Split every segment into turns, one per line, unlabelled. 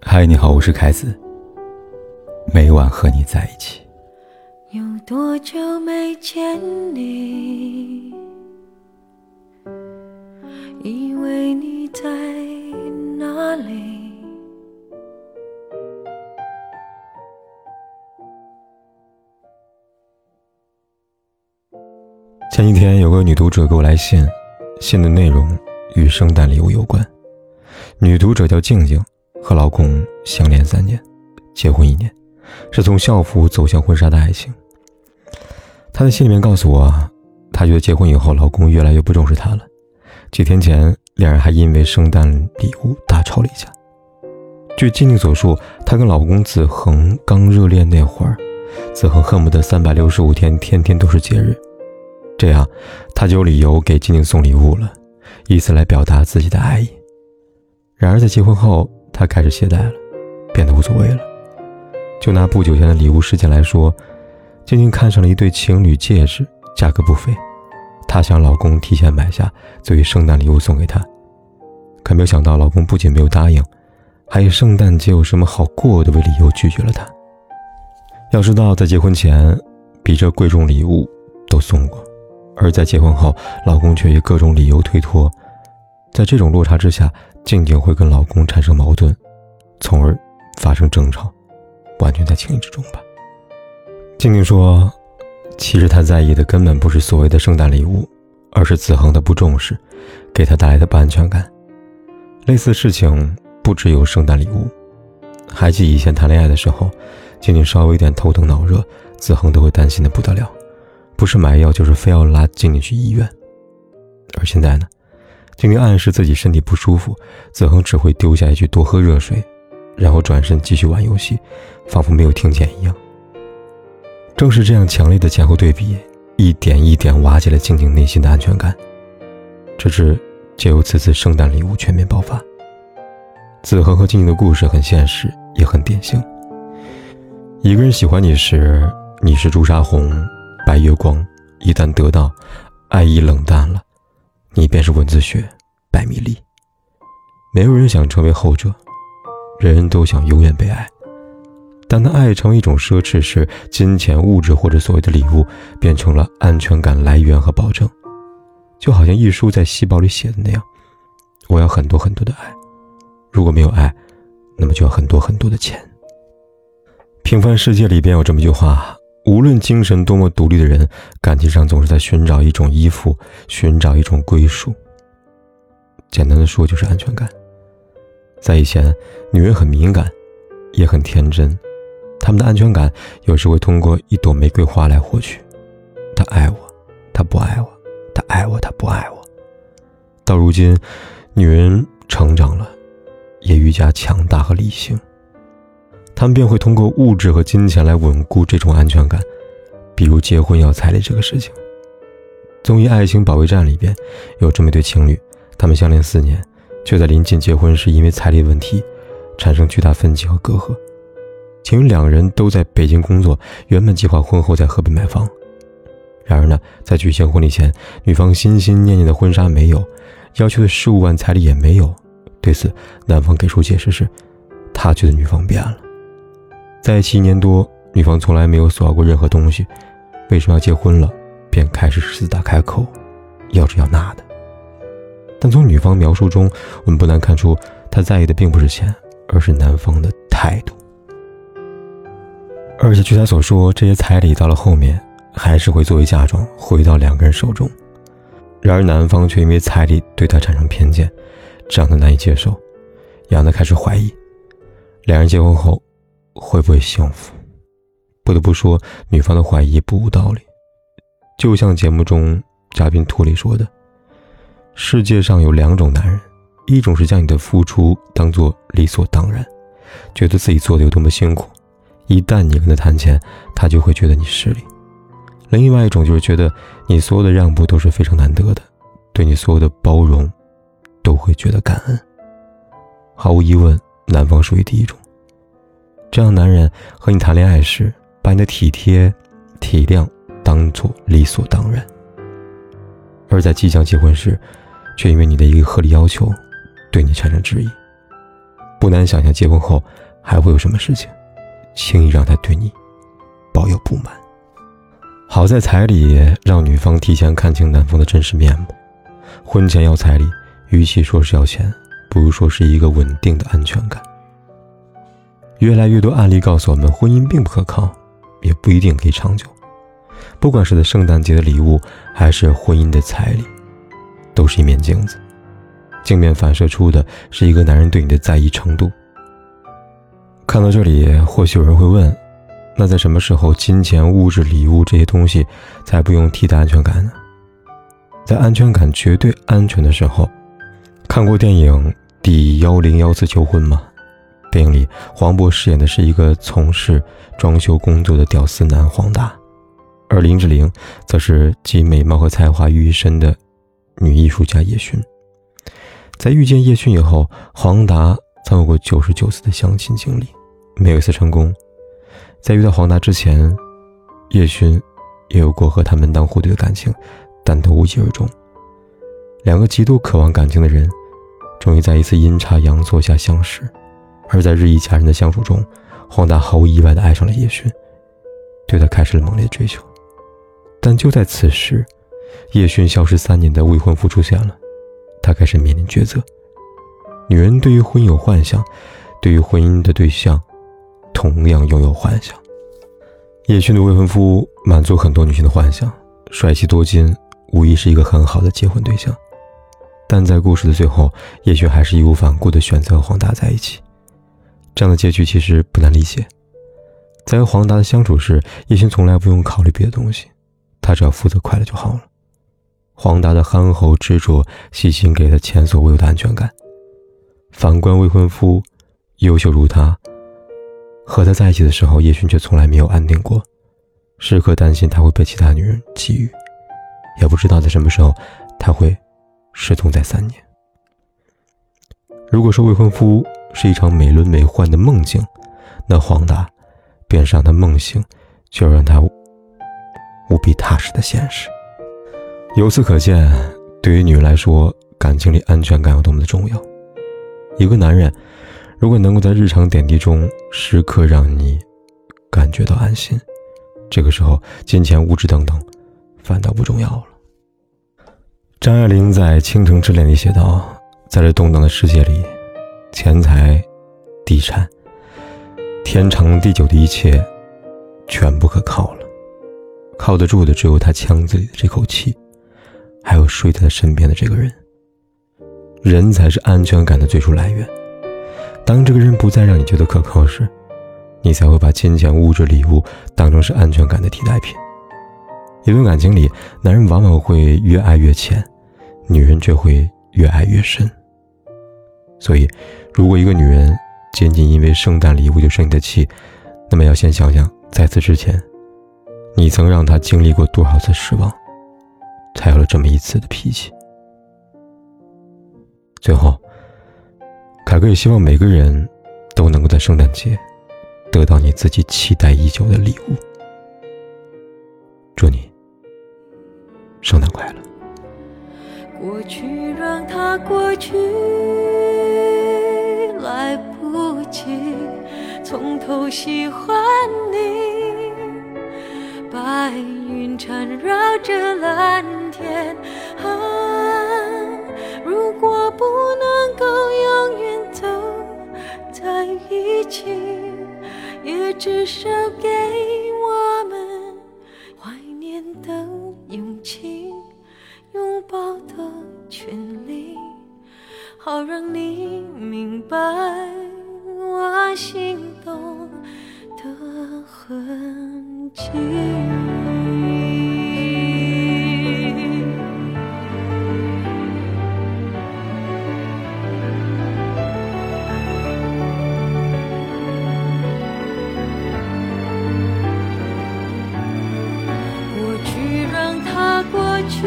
嗨，你好，我是凯子，每晚和你在一起。
有多久没见你，以为你在哪里。
前几天有个女读者给我来信，信的内容与圣诞礼物有关。女读者叫静静，和老公相恋3年，结婚1年，是从校服走向婚纱的爱情。她在信里面告诉我，她觉得结婚以后老公越来越不重视她了。几天前两人还因为圣诞礼物大吵了一架。据静静所述，她跟老公子恒刚热恋那会儿，子恒恨不得365天天天都是节日，这样他就有理由给静静送礼物了，以此来表达自己的爱意。然而在结婚后，他开始懈怠了，变得无所谓了。就拿不久前的礼物事件来说，静静看上了一对情侣戒指，价格不菲，她想老公提前买下作为圣诞礼物送给她。可没有想到老公不仅没有答应，还以圣诞节有什么好过的为理由拒绝了她。要知道在结婚前比这贵重礼物都送过，而在结婚后老公却以各种理由推脱。在这种落差之下，静静会跟老公产生矛盾，从而发生争吵，完全在情理之中吧。静静说，其实她在意的根本不是所谓的圣诞礼物，而是子恒的不重视给她带来的不安全感。类似事情不只有圣诞礼物，还记以前谈恋爱的时候，静静稍微有点头疼脑热，子恒都会担心的不得了，不是买药就是非要拉静静去医院。而现在呢，静静暗示自己身体不舒服，子恒只会丢下一句多喝热水，然后转身继续玩游戏，仿佛没有听见一样。正是这样强烈的前后对比，一点一点瓦解了静静内心的安全感，直至借由此次圣诞礼物全面爆发。子恒和静静的故事很现实，也很典型。一个人喜欢你时，你是朱砂红白月光，一旦得到，爱意冷淡了，你便是蚊子血白米粒。没有人想成为后者，人人都想永远被爱。但当爱成为一种奢侈时，金钱物质或者所谓的礼物变成了安全感来源和保证。就好像一书在细胞里写的那样，我要很多很多的爱，如果没有爱，那么就要很多很多的钱。平凡世界里边有这么一句话，无论精神多么独立的人，感情上总是在寻找一种依附，寻找一种归属。简单的说就是安全感。在以前，女人很敏感，也很天真，她们的安全感有时会通过一朵玫瑰花来获取。她爱我，她不爱我，她爱我，她不爱我。到如今，女人成长了，也愈加强大和理性，她们便会通过物质和金钱来稳固这种安全感，比如结婚要彩礼这个事情。综艺《爱情保卫战》里边有这么一对情侣，他们相恋4年，却在临近结婚时因为彩礼问题产生巨大分歧和隔阂。情侣2人都在北京工作，原本计划婚后在河北买房。然而呢，在举行婚礼前，女方心心念念的婚纱没有，要求的15万彩礼也没有。对此，男方给出解释是，他觉得女方变了。在一起1年多，女方从来没有索要过任何东西，为什么要结婚了，便开始狮子大开口，要这要那的。但从女方描述中，我们不难看出，她在意的并不是钱，而是男方的态度。而且据她所说，这些彩礼到了后面还是会作为嫁妆回到2个人手中。然而男方却因为彩礼对她产生偏见，这让她难以接受，也让她开始怀疑2人结婚后会不会幸福。不得不说，女方的怀疑不无道理。就像节目中嘉宾图里说的，世界上有2种男人，一种是将你的付出当作理所当然，觉得自己做的有多么辛苦，一旦你跟他谈钱，他就会觉得你势利。另外一种就是觉得你所有的让步都是非常难得的，对你所有的包容都会觉得感恩。毫无疑问，男方属于第一种。这样男人和你谈恋爱时，把你的体贴体谅当作理所当然，而在即将结婚时，却因为你的一个合理要求对你产生质疑。 不难想象结婚后还会有什么事情，轻易让他对你抱有不满。好在彩礼让女方提前看清男方的真实面目，婚前要彩礼，与其说是要钱，不如说是一个稳定的安全感。越来越多案例告诉我们，婚姻并不可靠，也不一定可以长久。不管是在圣诞节的礼物，还是婚姻的彩礼，都是一面镜子，镜面反射出的是一个男人对你的在意程度。看到这里，或许有人会问，那在什么时候金钱、物质、礼物这些东西才不用替代安全感呢？在安全感绝对安全的时候。看过电影第1014次求婚吗？电影里黄渤饰演的是一个从事装修工作的屌丝男黄达，而林志玲则是集美貌和才华于一身的女艺术家叶勋。在遇见叶勋以后，黄达曾有过99次的相亲经历，没有一次成功。在遇到黄达之前，叶勋也有过和他门当户对的感情，但都无疾而终。两个极度渴望感情的人，终于在一次阴差阳错下相识。而在日益家人的相处中，黄达毫无意外地爱上了叶勋，对他开始了猛烈的追求。但就在此时，叶勋消失3年的未婚夫出现了，他开始面临抉择。女人对于婚姻有幻想，对于婚姻的对象同样拥有幻想。叶勋的未婚夫满足很多女性的幻想，帅气多金，无疑是一个很好的结婚对象。但在故事的最后，叶勋还是义无反顾地选择和黄达在一起。这样的结局其实不难理解。在和黄达的相处时，叶勋从来不用考虑别的东西，他只要负责快乐就好了。黄达的憨厚执着、细心给他前所未有的安全感。反观未婚夫，优秀如他，和他在一起的时候，叶勋却从来没有安定过，时刻担心他会被其他女人觊觎，也不知道在什么时候他会失踪在3年。如果说未婚夫是一场美轮美奂的梦境，那黄达便是让他梦醒，就要让他无比踏实的现实。由此可见，对于女人来说，感情里安全感有多么的重要。一个男人如果能够在日常点滴中时刻让你感觉到安心，这个时候金钱、物质等等反倒不重要了。张爱玲在《倾城之恋》里写道，在这动荡的世界里，钱财、地产、天长地久的一切全不可靠了，靠得住的只有他腔子里的这口气，还有睡在他身边的这个人。人才是安全感的最初来源。当这个人不再让你觉得可靠时，你才会把金钱、物质、礼物当成是安全感的替代品。一段感情里，男人往往会越爱越浅，女人却会越爱越深。所以如果一个女人仅仅因为圣诞礼物就生你的气，那么要先想想，在此之前你曾让她经历过多少次失望，才有了这么一次的脾气。最后，凯哥也希望每个人都能够在圣诞节得到你自己期待已久的礼物。祝你圣诞快乐。
过去让它过去，来不及从头喜欢你。白云缠绕着蓝天，如果不能够永远走在一起，也至少给我们怀念的勇气，拥抱的权利，好让你明白我心动的痕迹。过去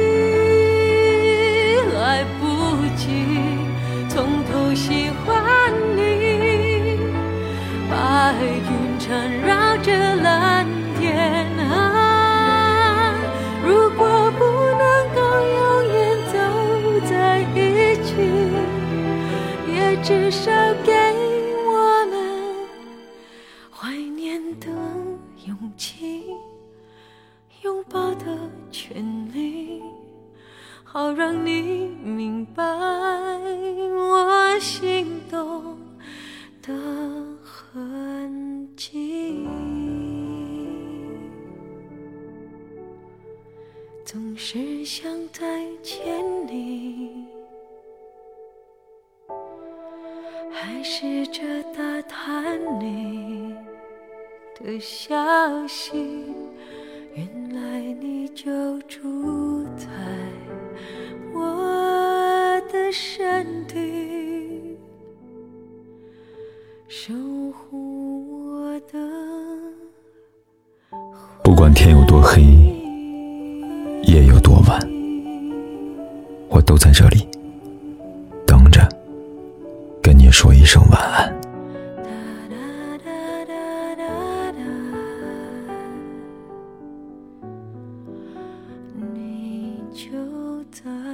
来不及从头喜欢你，白云缠绕着蓝天，如果不能够永远走在一起，也至少给我们怀念的勇气，拥抱的权利，好让你明白我心动的痕迹。总是想再见你，还试着打探你的消息，原来你就住在我的身体，守护我的。
不管天有多黑，夜有多晚，我都在这里等着跟你说一声晚安。
你就在